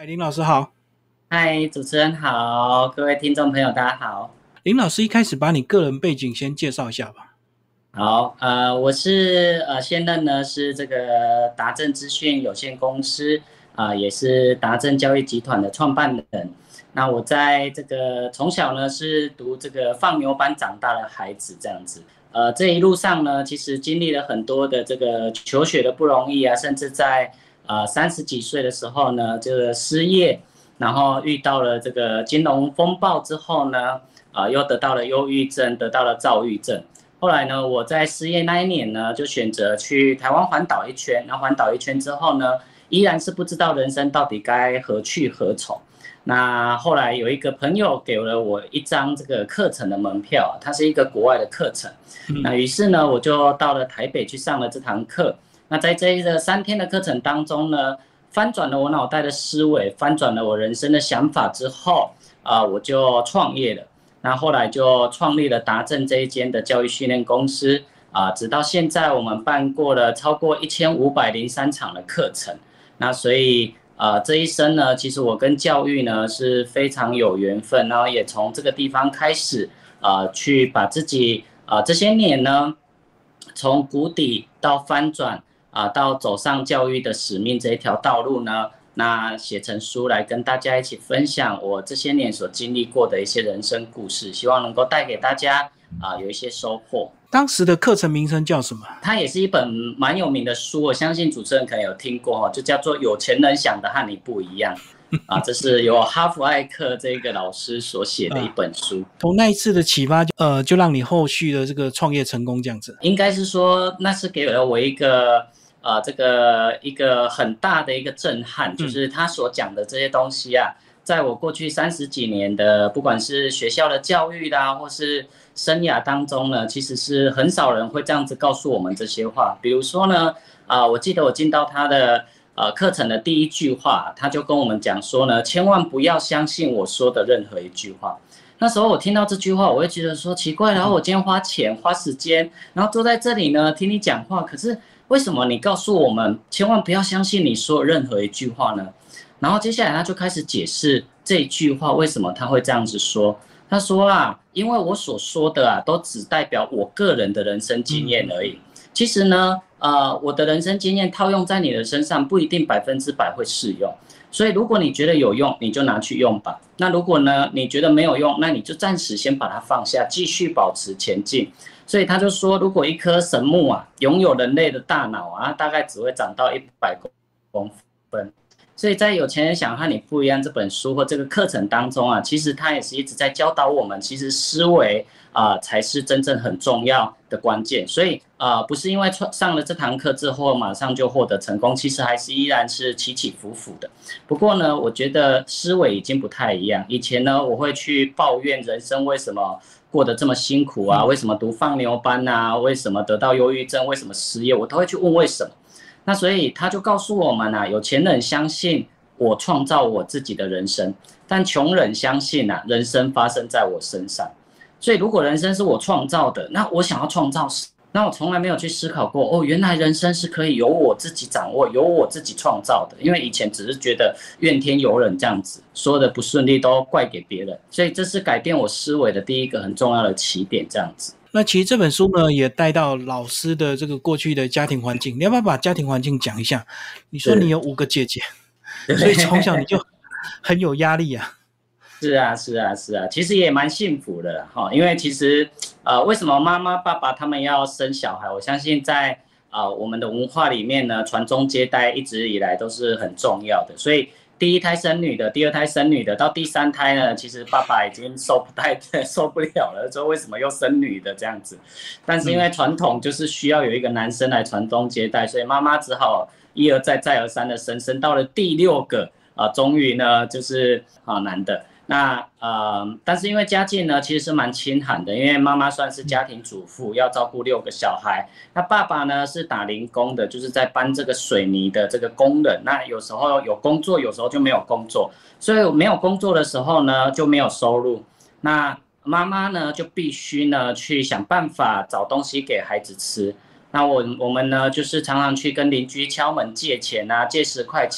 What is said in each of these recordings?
林老师好。 嗨，主持人好，各位听众朋友，大家好。 林老师一开始把你个人背景先介绍一下吧。 好，我是现任呢是这个达正资讯有限公司也是达正教育集团的创办人。那我在这个从小呢是读这个放牛班长大的孩子这样子。这一路上呢，其实经历了很多的这个求学的不容易啊，甚至在30几岁的时候呢，这个失业，然后遇到了这个金融风暴之后呢，又得到了忧郁症，得到了躁郁症。后来呢，我在失业那一年呢，就选择去台湾环岛一圈。然后环岛一圈之后呢，依然是不知道人生到底该何去何从。那后来有一个朋友给了我一张这个课程的门票，它是一个国外的课程。那于是呢，我就到了台北去上了这堂课。那在这3天的课程当中呢，翻转了我脑袋的思维，翻转了我人生的想法之后，我就创业了。那后来就创立了达正这一间的教育训练公司直到现在我们办过了超过1503场的课程。那所以这一生呢，其实我跟教育呢是非常有缘分，然后也从这个地方开始去把自己这些年呢，从谷底到翻转到走上教育的使命这一条道路呢，那写成书来跟大家一起分享我这些年所经历过的一些人生故事，希望能够带给大家有一些收获。 当时的课程名称叫什么？ 它也是一本蛮有名的书，我相信主持人可能有听过，就叫做《有钱人想的和你不一样》这是由哈佛艾克这个老师所写的一本书。 从那一次的启发就让你后续的这个创业成功这样子。 应该是说那是给了我一个一个很大的一个震撼，就是他所讲的这些东西在我过去30几年的不管是学校的教育啦，或是生涯当中呢，其实是很少人会这样子告诉我们这些话。比如说呢，我记得我进到他的课程的第一句话，他就跟我们讲说呢，千万不要相信我说的任何一句话。那时候我听到这句话，我会觉得说奇怪，然后我今天花钱花时间，然后坐在这里呢听你讲话，可是为什么你告诉我们千万不要相信你说任何一句话呢？然后接下来他就开始解释这一句话为什么他会这样子说。他说因为我所说的都只代表我个人的人生经验而已。其实呢，我的人生经验套用在你的身上不一定100%会适用。所以如果你觉得有用，你就拿去用吧。那如果呢，你觉得没有用，那你就暂时先把它放下，继续保持前进。所以他就说，如果一棵神木拥有人类的大脑大概只会长到100公分。所以在有钱人想和你不一样这本书或这个课程当中其实他也是一直在教导我们，其实思维才是真正很重要的关键。所以不是因为上了这堂课之后马上就获得成功，其实还是依然是起起伏伏的。不过呢，我觉得思维已经不太一样。以前呢，我会去抱怨人生为什么过得这么辛苦为什么读放牛班为什么得到忧郁症，为什么失业，我都会去问为什么。那所以他就告诉我们有钱人相信我创造我自己的人生，但穷人相信人生发生在我身上。所以如果人生是我创造的，那我想要创造那我从来没有去思考过原来人生是可以由我自己掌握，由我自己创造的。因为以前只是觉得怨天尤人这样子，所有的不顺利都怪给别人。所以这是改变我思维的第一个很重要的起点这样子。 那其实这本书呢，也带到老师的这个过去的家庭环境。你要不要把家庭环境讲一下？你说你有5个姐姐，所以从小你就很有压力是啊，其实也蛮幸福的因为其实为什么妈妈爸爸他们要生小孩？我相信在我们的文化里面呢，传宗接代一直以来都是很重要的。所以第1胎生女的，第2胎生女的，到第3胎呢，其实爸爸已经受不了了，说为什么又生女的这样子？但是因为传统就是需要有一个男生来传宗接代，所以妈妈只好一而再再而三的生到了第6个终于呢就是男的。那但是因为家境呢其实是蛮清寒的，因为妈妈算是家庭主妇，要照顾6个小孩。那爸爸呢是打零工的，就是在搬这个水泥的这个工人。那有时候有工作，有时候就没有工作，所以没有工作的时候呢就没有收入。那妈妈呢就必须呢去想办法找东西给孩子吃。那我们呢就是常常去跟邻居敲门借钱借10块钱。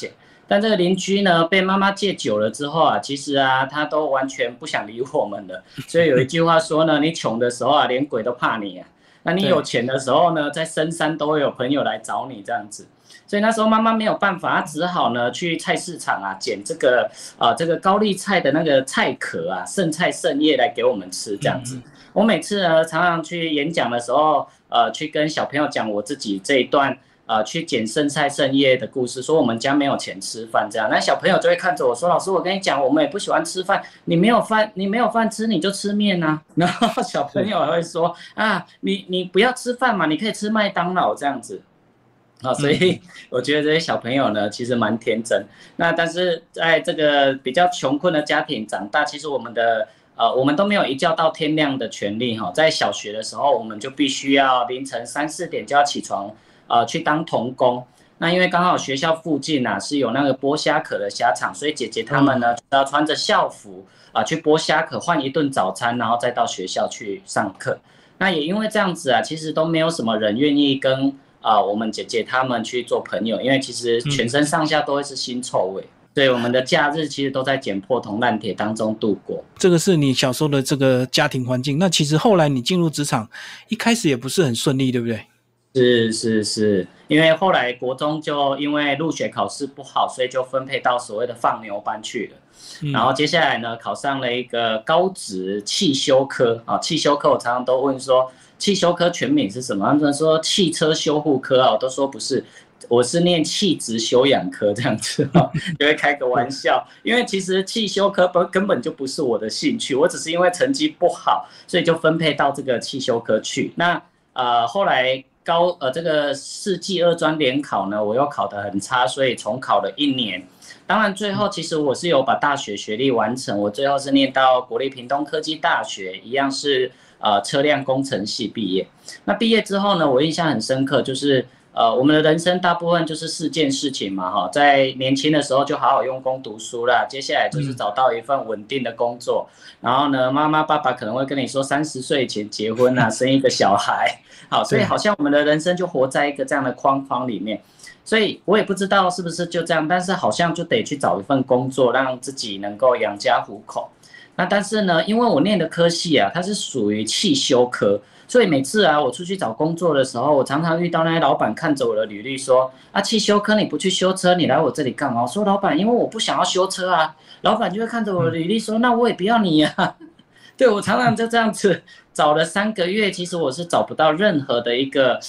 但这个邻居呢，被妈妈戒酒了之后啊，其实啊，他都完全不想理我们了。所以有一句话说呢，你穷的时候啊，连鬼都怕你啊。那你有钱的时候呢，在深山都会有朋友来找你这样子。所以那时候妈妈没有办法，她只好呢去菜市场啊捡这个高丽菜的那个菜壳啊，剩菜剩叶来给我们吃这样子。我每次呢常常去演讲的时候，去跟小朋友讲我自己这一段去捡剩菜剩叶的故事，说我们家没有钱吃饭这样，那小朋友就会看着我说：“老师，我跟你讲，我们也不喜欢吃饭，你没有饭吃，你就吃面啊。”然后小朋友还会说：“啊，你不要吃饭嘛，你可以吃麦当劳这样子。”所以我觉得这些小朋友呢，其实蛮天真。那但是在这个比较穷困的家庭长大，其实我们都没有一觉到天亮的权利哈。在小学的时候，我们就必须要凌晨3、4点就要起床，去当童工。那因为刚好学校附近啊是有那个剥虾壳的虾场，所以姐姐她们呢就要穿着校服去剥虾壳换一顿早餐，然后再到学校去上课。那也因为这样子啊，其实都没有什么人愿意跟我们姐姐她们去做朋友，因为其实全身上下都会是腥臭味。所以我们的假日其实都在捡破铜烂铁当中度过。 这个是你小时候的这个家庭环境。那其实后来你进入职场，一开始也不是很顺利，对不对？ 是，因为后来国中就因为入学考试不好，所以就分配到所谓的放牛班去了。然后接下来呢，考上了一个高职汽修科啊。汽修科我常常都问说，汽修科全名是什么？他们说汽车修护科啊，我都说不是。我是念气质修养科这样子就会开个玩笑，因为其实汽修科根本就不是我的兴趣，我只是因为成绩不好，所以就分配到这个汽修科去。那后来这个世纪2专联考呢，我又考得很差，所以重考了1年。当然最后其实我是有把大学学历完成，我最后是念到国立屏东科技大学，一样是车辆工程系毕业。那毕业之后呢，我印象很深刻，就是我们的人生大部分就是4件事情嘛，哈，在年轻的时候就好好用功读书啦，接下来就是找到一份稳定的工作，然后呢，妈妈爸爸可能会跟你说30岁以前结婚啊，生一个小孩，好，所以好像我们的人生就活在一个这样的框框里面，所以我也不知道是不是就这样，但是好像就得去找一份工作，让自己能够养家糊口。那但是呢，因为我念的科系啊，它是属于汽修科。所以每次啊，我出去找工作的时候，我常常遇到那些老板看着我的履历说：“啊，汽修科你不去修车，你来我这里干嘛？”我说：“老板，因为我不想要修车啊。”老板就会看着我的履历说：“那我也不要你啊。”对，我常常就这样子找了3个月，其实我是找不到任何的一个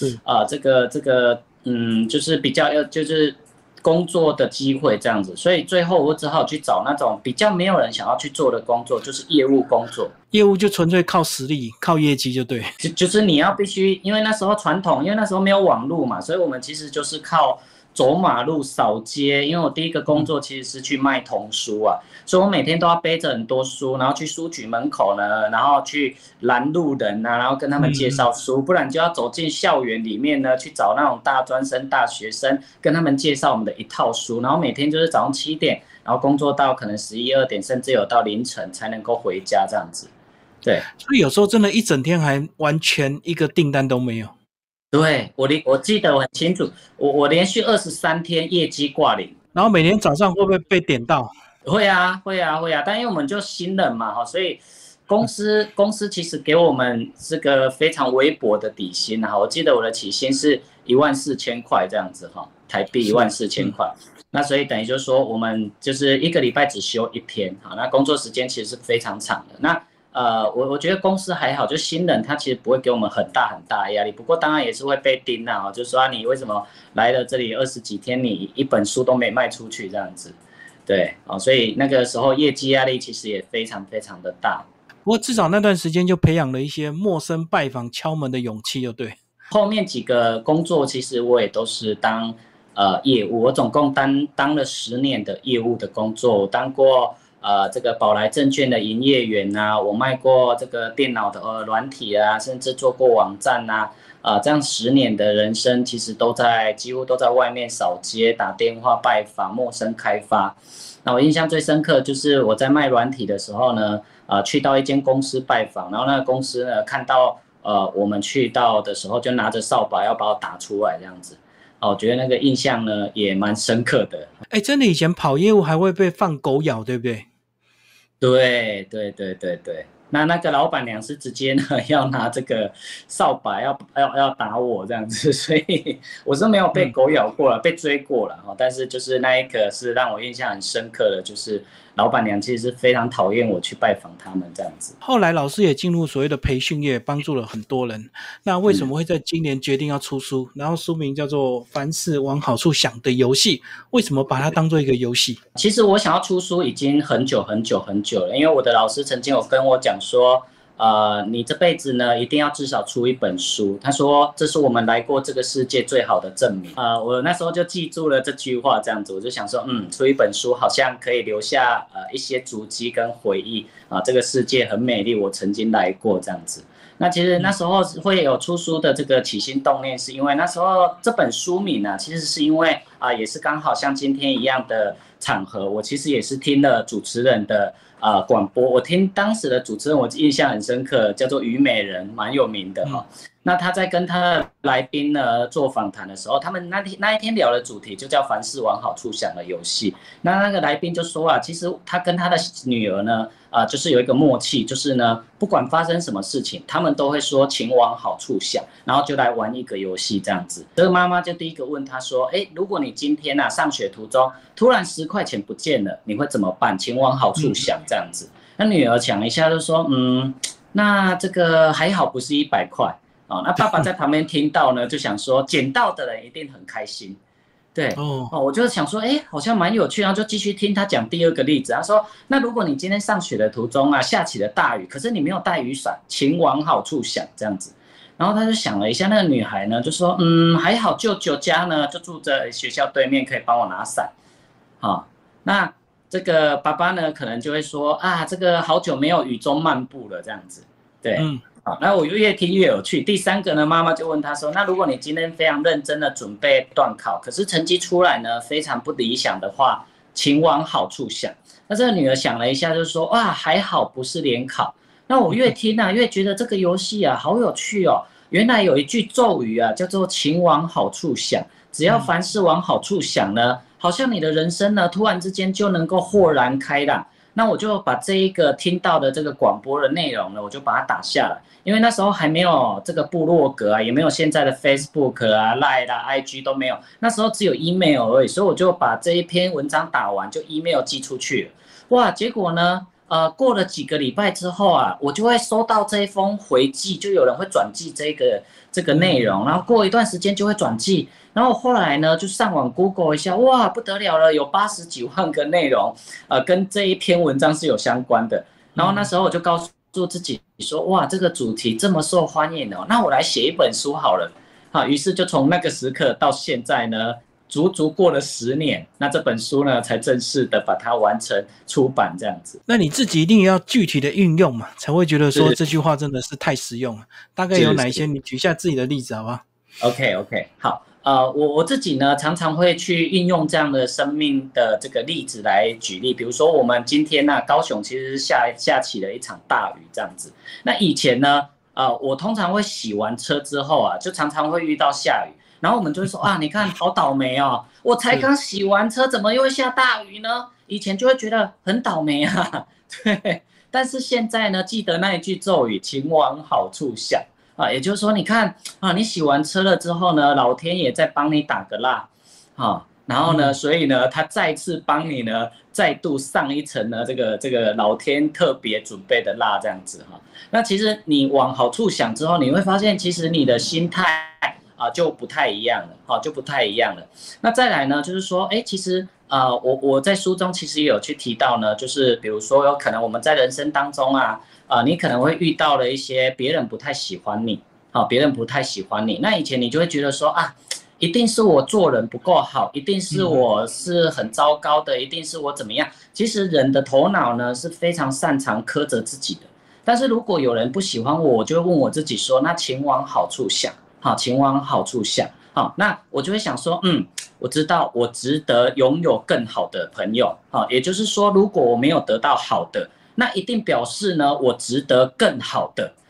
就是比较就是工作的机会这样子，所以最后我只好去找那种比较没有人想要去做的工作，就是业务工作。 业务就纯粹靠实力、靠业绩就对。 就是你要必须，因为那时候传统，因为那时候没有网络嘛，所以我们其实就是靠走马路、扫街。因为我第一个工作其实是去卖童书啊，所以我每天都要背着很多书，然后去书局门口呢，然后去拦路人啊，然后跟他们介绍书，不然就要走进校园里面呢，去找那种大专生、大学生，跟他们介绍我们的一套书，然后每天就是早上7点，然后工作到可能11、2点，甚至有到凌晨才能够回家这样子。对， 所以有时候真的一整天还完全一个订单都没有。 对，我记得我很清楚，我连续23天业绩挂零。 然后每天早上会不会被点到？ 会啊，但因为我们就新人嘛，所以公司其实给我们这个非常微薄的底薪啊，我记得我的起薪是14000块这样子哈，台币14000块。那所以等于就是说，我们就是1个礼拜只休1天，好，那工作时间其实是非常长的。那我觉得公司还好，就新人他其实不会给我们很大的压力，不过当然也是会被盯啊，就是说你为什么来了这里20几天，你一本书都没卖出去这样子，对，所以那个时候业绩压力其实也非常非常的大。 不过至少那段时间就培养了一些陌生拜访敲门的勇气，就对。 后面几个工作其实我也都是当业务，我总共当了10年的业务的工作，我当过这个宝来证券的营业员啊，我卖过这个电脑的软体啊，甚至做过网站啊，这样10年的人生其实几乎都在外面扫街、打电话拜访、陌生开发。那我印象最深刻就是我在卖软体的时候呢，去到一间公司拜访，然后那个公司呢看到我们去到的时候就拿着扫把要把我打出来这样子。 我觉得那个印象呢也蛮深刻的。 真的以前跑业务还会被放狗咬，对不对？ 对对对对对，那个老板娘是直接呢要拿这个扫把要打我这样子，所以我是没有被狗咬过了，被追过了哈。但是就是那一个是让我印象很深刻的，就是老板娘其实是非常讨厌我去拜访他们这样子。 后来老师也进入所谓的培训业，帮助了很多人。那为什么会在今年决定要出书？然后书名叫做《凡事往好处想的游戏》，为什么把它当做一个游戏？ 其实我想要出书已经很久很久很久了，因为我的老师曾经有跟我讲说，你这辈子呢一定要至少出一本书。他说这是我们来过这个世界最好的证明。我那时候就记住了这句话，这样子我就想说，出一本书好像可以留下一些足迹跟回忆啊，这个世界很美丽，我曾经来过这样子。那其实那时候会有出书的这个起心动念，是因为那时候这本书名呢，其实是因为也是刚好像今天一样的场合，我其实也是听了主持人的广播，我听当时的主持人，我印象很深刻，叫做虞美人，蛮有名的哈。那他在跟他的来宾呢做访谈的时候，他们那一天聊的主题就叫凡事往好处想的游戏。那个来宾就说其实他跟他的女儿呢，就是有一个默契，就是呢，不管发生什么事情，他们都会说请往好处想，然后就来玩一个游戏这样子。这个妈妈就第一个问他说，如果你今天上学途中突然10块钱不见了，你会怎么办？请往好处想这样子。那女儿想一下就说，那这个还好不是100块。那爸爸在旁边听到呢，就想说捡到的人一定很开心，对，我就想说，好像蛮有趣，然后就继续听他讲第二个例子。他说，那如果你今天上学的途中下起了大雨，可是你没有带雨伞，请往好处想这样子。然后他就想了一下，那个女孩呢就说，还好舅舅家呢就住在学校对面，可以帮我拿伞。那这个爸爸呢可能就会说，这个好久没有雨中漫步了这样子，对。那我越听越有趣。第三个呢，妈妈就问他说，那如果你今天非常认真的准备段考，可是成绩出来呢非常不理想的话，请往好处想。那这个女儿想了一下就说，还好不是联考。那我越听越觉得这个游戏好有趣哦。原来有一句咒语叫做请往好处想，只要凡事往好处想呢，好像你的人生呢突然之间就能够豁然开朗。那我就把这一个听到的这个广播的内容呢，我就把它打下来，因为那时候还没有这个部落格也没有现在的 Facebook Line IG 都没有，那时候只有 email 而已，所以我就把这一篇文章打完就 email 寄出去了。哇，结果呢，过了几个礼拜之后我就会收到这一封回寄，就有人会转寄这个内容，然后过一段时间就会转寄。然后后来呢，就上网 Google 一下，哇，不得了了，有80几万个内容，跟这一篇文章是有相关的。然后那时候我就告诉自己说，哇，这个主题这么受欢迎哦，那我来写一本书好了。于是就从那个时刻到现在呢，足足过了10年，那这本书呢才正式的把它完成出版这样子。 那你自己一定要具体的运用嘛，才会觉得说这句话真的是太实用了。大概有哪一些？你举一下自己的例子好不好？ OK， 好。我自己呢，常常会去运用这样的生命的这个例子来举例。比如说，我们今天高雄其实是下起了一场大雨这样子。那以前呢，我通常会洗完车之后就常常会遇到下雨，然后我们就会说你看好倒霉哦，我才刚洗完车，怎么又会下大雨呢？以前就会觉得很倒霉对。但是现在呢，记得那一句咒语，请往好处想。也就是说，你看你洗完车了之后呢，老天爷再帮你打个蜡，然后呢，所以呢，他再次帮你呢，再度上一层呢，这个老天特别准备的蜡这样子那其实你往好处想之后，你会发现，其实你的心态就不太一样了，就不太一样了。那再来呢，就是说，其实我在书中其实也有去提到呢，就是比如说，有可能我们在人生当中你可能会遇到了一些别人不太喜欢你，别人不太喜欢你，那以前你就会觉得说一定是我做人不够好，一定是我是很糟糕的，一定是我怎么样。其实人的头脑呢是非常擅长苛责自己的，但是如果有人不喜欢我，我就会问我自己说，那请往好处想，请往好处想。那我就会想说，我知道我值得拥有更好的朋友，也就是说，如果我没有得到好的，那一定表示呢，我值得更好的。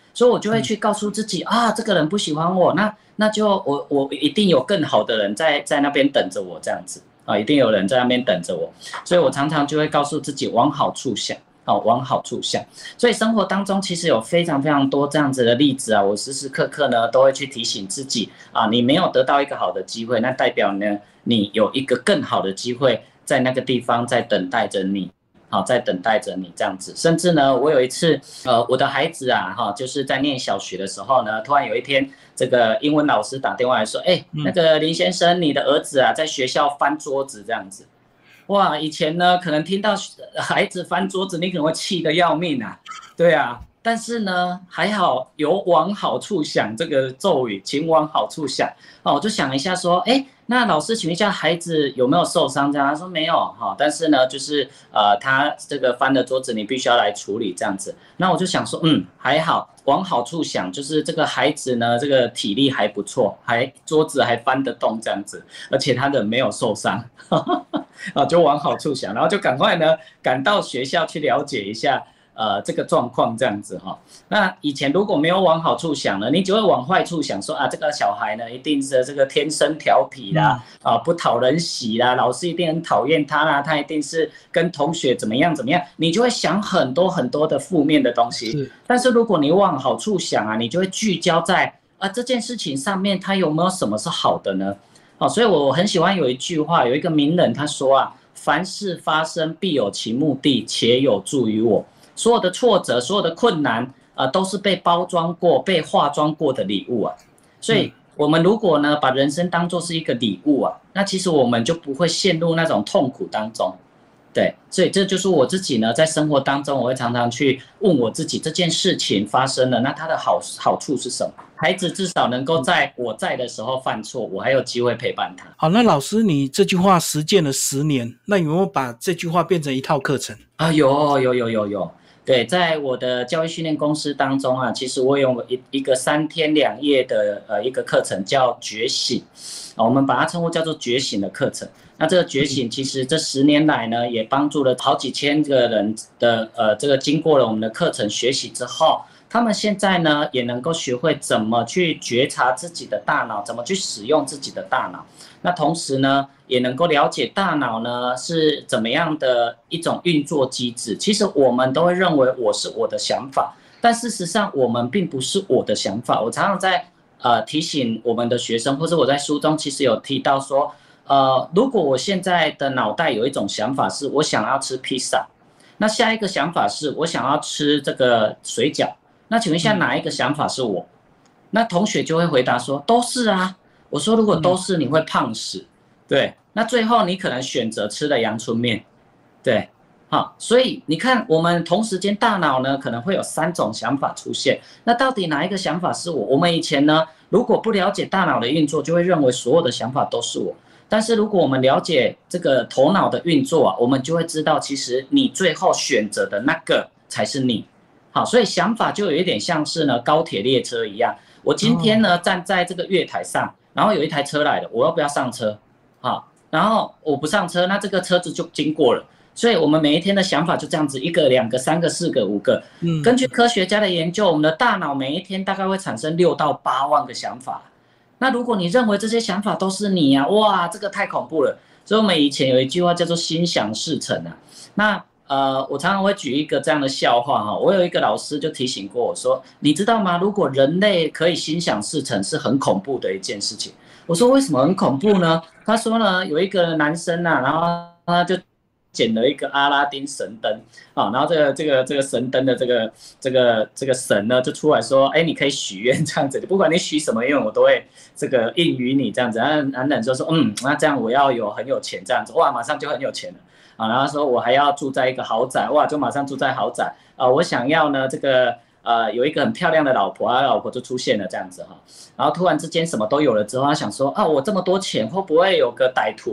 所以我就会去告诉自己啊，这个人不喜欢我，那就我一定有更好的人在那边等着我这样子啊，一定有人在那边等着我，所以我常常就会告诉自己往好处想。往好处想，所以生活当中其实有非常非常多这样子的例子啊，我时时刻刻呢都会去提醒自己啊，你没有得到一个好的机会，那代表呢你有一个更好的机会在那个地方在等待着你。好，在等待着你这样子，甚至呢，我有一次，我的孩子啊，就是在念小学的时候呢，突然有一天，这个英文老师打电话来说，那个林先生，你的儿子啊，在学校翻桌子这样子。哇，以前呢，可能听到孩子翻桌子，你可能会气得要命啊，对啊。但是呢，还好有往好处想这个咒语，请往好处想。我就想一下说，那老师请问一下，孩子有没有受伤？这样他说没有但是呢，就是他这个翻的桌子，你必须要来处理这样子。那我就想说，还好，往好处想，就是这个孩子呢，这个体力还不错，桌子还翻得动这样子，而且他人没有受伤，就往好处想，然后就赶快呢赶到学校去了解一下。这个状况这样子那以前如果没有往好处想呢，你就会往坏处想，说啊，这个小孩呢一定是这个天生调皮啦，不讨人喜啦，老师一定很讨厌他啦，他一定是跟同学怎么样怎么样，你就会想很多很多的负面的东西。但是如果你往好处想啊，你就会聚焦在这件事情上面，它有没有什么是好的呢？所以我很喜欢有一句话，有一个名人他说啊，凡事发生必有其目的，且有助于我。所有的挫折，所有的困难，都是被包装过、被化妆过的礼物啊。所以，我们如果呢，把人生当作是一个礼物啊，那其实我们就不会陷入那种痛苦当中。对，所以这就是我自己呢，在生活当中，我会常常去问我自己，这件事情发生了，那它的好处是什么？孩子至少能够在我在的时候犯错，我还有机会陪伴他。 好，那老师，你这句话实践了10年，那有没有把这句话变成一套课程啊？有。对，在我的教育训练公司当中啊，其实我有一个3天2夜的一个课程叫觉醒，我们把它称呼叫做觉醒的课程。那这个觉醒其实这10年来呢，也帮助了好几千个人的这个经过了我们的课程学习之后，他们现在呢也能够学会怎么去觉察自己的大脑，怎么去使用自己的大脑。那同时呢，也能够了解大脑呢是怎么样的一种运作机制。其实我们都会认为我是我的想法，但事实上我们并不是我的想法。我常常在提醒我们的学生，或者我在书中其实有提到说，如果我现在的脑袋有一种想法是我想要吃披萨，那下一个想法是我想要吃这个水饺，那请问一下哪一个想法是我？那同学就会回答说都是啊。我说如果都是你会胖死，对，那最后你可能选择吃了阳春面，对，所以你看我们同时间大脑呢可能会有3种想法出现，那到底哪一个想法是我？我们以前呢如果不了解大脑的运作，就会认为所有的想法都是我，但是如果我们了解这个头脑的运作啊，我们就会知道其实你最后选择的那个才是你。好，所以想法就有一点像是呢高铁列车一样，我今天呢站在这个月台上，然后有一台车来了，我要不要上车？然后我不上车，那这个车子就经过了。所以我们每一天的想法就这样子，1个、2个、3个、4个、5个。根据科学家的研究，我们的大脑每一天大概会产生6到8万个想法。那如果你认为这些想法都是你啊，哇，这个太恐怖了。所以我们以前有一句话叫做心想事成啊。那我常常会举一个这样的笑话我有一个老师就提醒过我说，你知道吗？如果人类可以心想事成，是很恐怖的一件事情。我说为什么很恐怖呢？他说呢，有一个男生啊，然后他就捡了一个阿拉丁神灯然后这个神灯的这个神呢就出来说，你可以许愿这样子，不管你许什么愿，我都会这个应允你这样子。男人就说那这样我要很有钱这样子，哇，马上就很有钱了。然后说我还要住在一个豪宅，哇，就马上住在豪宅我想要呢这个有一个很漂亮的老婆，他老婆就出现了这样子然后突然之间什么都有了之后，他想说我这么多钱会不会有个歹徒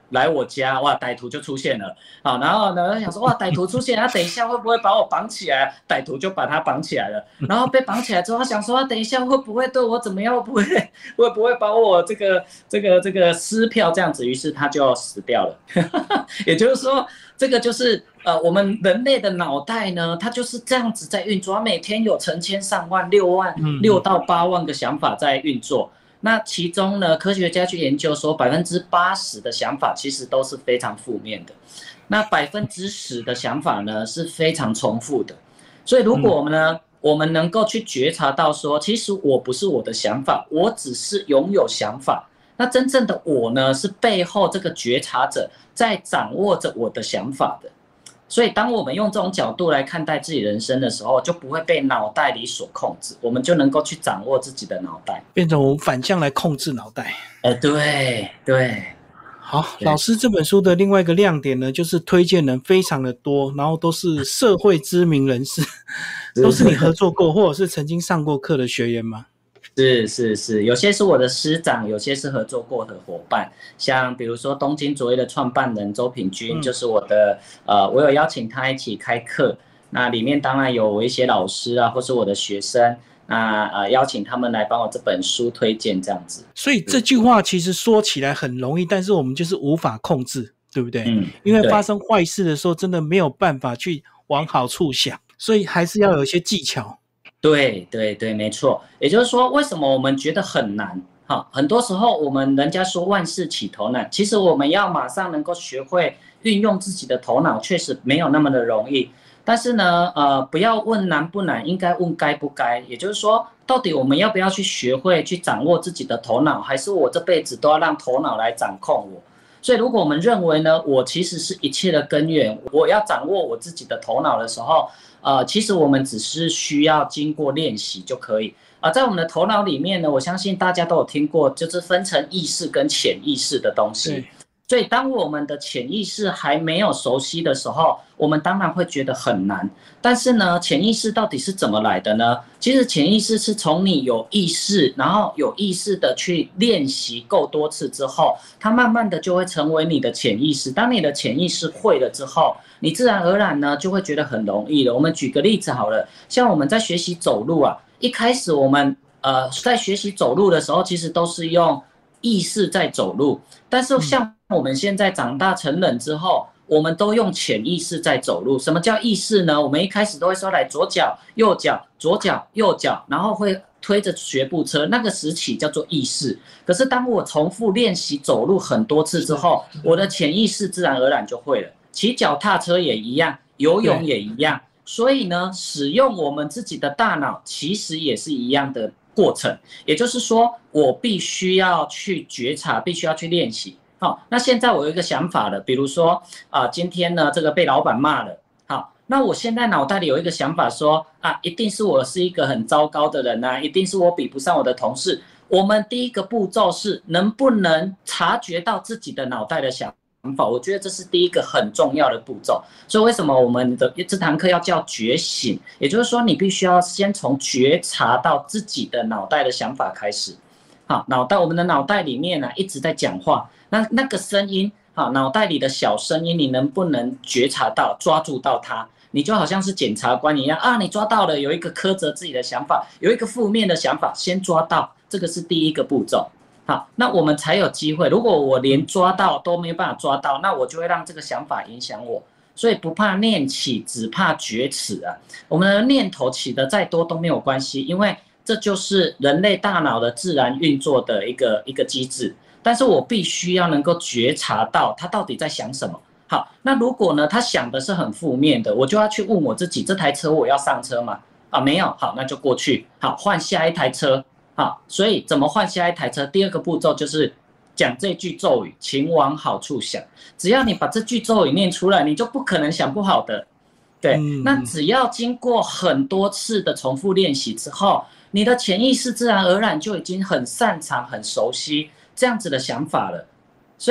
来我家，哇，歹徒就出现了，好，然后呢想说哇，歹徒出现，他等一下会不会把我绑起来？歹徒就把他绑起来了，然后被绑起来之后，他想说他等一下会不会对我怎么样？会不会把我这个撕票这样子？于是他就死掉了。也就是说，这个就是我们人类的脑袋呢，它就是这样子在运作，它每天有成千上万、6到8万个想法在运作。那其中呢，科学家去研究说，80%的想法其实都是非常负面的，那10%的想法呢是非常重复的。所以如果我们能够去觉察到说，其实我不是我的想法，我只是拥有想法。那真正的我呢，是背后这个觉察者在掌握着我的想法的。所以当我们用这种角度来看待自己人生的时候，就不会被脑袋里所控制，我们就能够去掌握自己的脑袋， 变成我们反向来控制脑袋。 对。 好，老师这本书的另外一个亮点呢，就是推荐人非常的多，然后都是社会知名人士，都是你合作过或者是曾经上过课的学员吗？ 是，有些是我的师长，有些是合作过的伙伴，像比如说东京卓越的创办人周品君，就是我的我有邀请他一起开课，那里面当然有我一些老师啊，或是我的学生，那邀请他们来帮我这本书推荐这样子。 所以这句话其实说起来很容易，但是我们就是无法控制，对不对？因为发生坏事的时候，真的没有办法去往好处想，所以还是要有一些技巧。 对，没错。也就是说，为什么我们觉得很难？很多时候人家说万事起头难，其实我们要马上能够学会运用自己的头脑，确实没有那么的容易。但是呢，不要问难不难，应该问该不该。也就是说，到底我们要不要去学会去掌握自己的头脑，还是我这辈子都要让头脑来掌控我？所以如果我们认为呢，我其实是一切的根源，我要掌握我自己的头脑的时候，其实我们只是需要经过练习就可以。在我们的头脑里面呢，我相信大家都有听过，就是分成意识跟潜意识的东西。所以当我们的潜意识还没有熟悉的时候，我们当然会觉得很难。但是呢，潜意识到底是怎么来的呢？其实潜意识是从你有意识，然后有意识的去练习够多次之后，它慢慢的就会成为你的潜意识。当你的潜意识会了之后，你自然而然呢就会觉得很容易了。我们举个例子好了，像我们在学习走路啊，一开始我们在学习走路的时候，其实都是用意识在走路，但是像我们现在长大成人之后，我们都用潜意识在走路。什么叫意识呢？我们一开始都会说来左脚右脚，左脚右脚，然后会推着学步车，那个时期叫做意识。可是当我重复练习走路很多次之后，我的潜意识自然而然就会了。骑脚踏车也一样，游泳也一样。所以呢，使用我们自己的大脑其实也是一样的过程。也就是说，我必须要去觉察，必须要去练习。好，那现在我有一个想法了，比如说今天呢这个被老板骂了，好，那我现在脑袋里有一个想法说一定是我是一个很糟糕的人啊，一定是我比不上我的同事。我们第一个步骤是能不能察觉到自己的脑袋的想法，我觉得这是第一个很重要的步骤。所以为什么我们的这堂课要叫觉醒？也就是说，你必须要先从觉察到自己的脑袋的想法开始。好，我们的脑袋里面呢一直在讲话，那个声音，好，脑袋里的小声音，你能不能觉察到、抓住到它？你就好像是检察官一样你抓到了有一个苛责自己的想法，有一个负面的想法，先抓到，这个是第一个步骤。好，那我们才有机会。如果我连抓到都没有办法抓到，那我就会让这个想法影响我。所以不怕念起，只怕觉迟啊。我们的念头起得再多都没有关系，因为这就是人类大脑的自然运作的一个机制。但是我必须要能够觉察到他到底在想什么。好，那如果呢他想的是很负面的，我就要去问我自己，这台车我要上车吗？没有，好，那就过去，好，换下一台车。好，所以怎么换下一台车？第二个步骤就是讲这句咒语，请往好处想。只要你把这句咒语念出来，你就不可能想不好的。对，那只要经过很多次的重复练习之后，你的潜意识自然而然就已经很擅长、很熟悉这样子的想法了。所以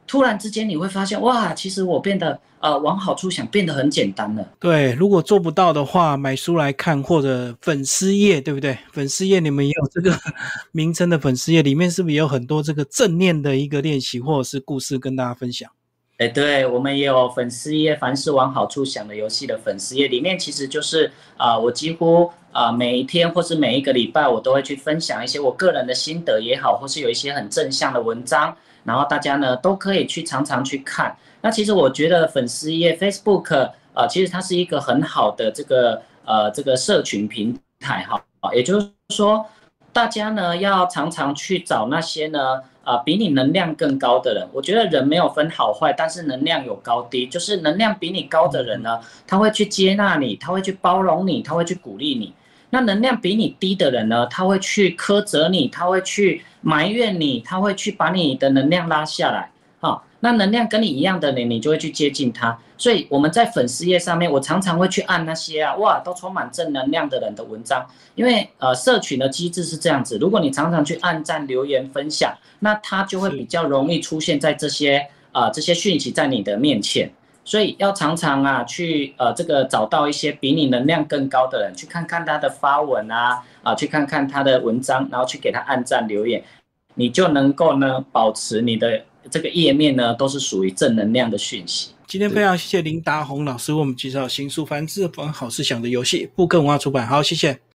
突然之间你会发现，哇，其实我变得往好处想，变得很简单了。 对，如果做不到的话，买书来看或者粉丝页，对不对？粉丝页你们也有这个名称的粉丝页，里面是不是也有很多这个正念的一个练习或者是故事跟大家分享？ 对，我们也有粉丝页，凡是往好处想的游戏的粉丝页，里面其实就是我几乎每一天或是每一个礼拜，我都会去分享一些我个人的心得也好，或是有一些很正向的文章，然后大家呢都可以去常常去看。那其实我觉得粉丝页 Facebook 其实它是一个很好的这个社群平台哈，也就是说，大家呢要常常去找那些呢。比你能量更高的人，我觉得人没有分好坏，但是能量有高低，就是能量比你高的人呢，他会去接纳你，他会去包容你，他会去鼓励你。那能量比你低的人呢，他会去苛责你，他会去埋怨你，他会去把你的能量拉下来。那能量跟你一样的人，你就会去接近他。所以我们在粉丝页上面，我常常会去按那些哇，都充满正能量的人的文章，因为社群的机制是这样子，如果你常常去按赞、留言、分享，那它就会比较容易出现在这些讯息在你的面前。所以要常常去这个找到一些比你能量更高的人，去看看他的发文去看看他的文章，然后去给他按赞留言，你就能够呢保持你的这个页面呢都是属于正能量的讯息。 今天非常谢谢林达宏老师为我们介绍新书《凡知本好思想的游戏》，布克文化出版。好，谢谢。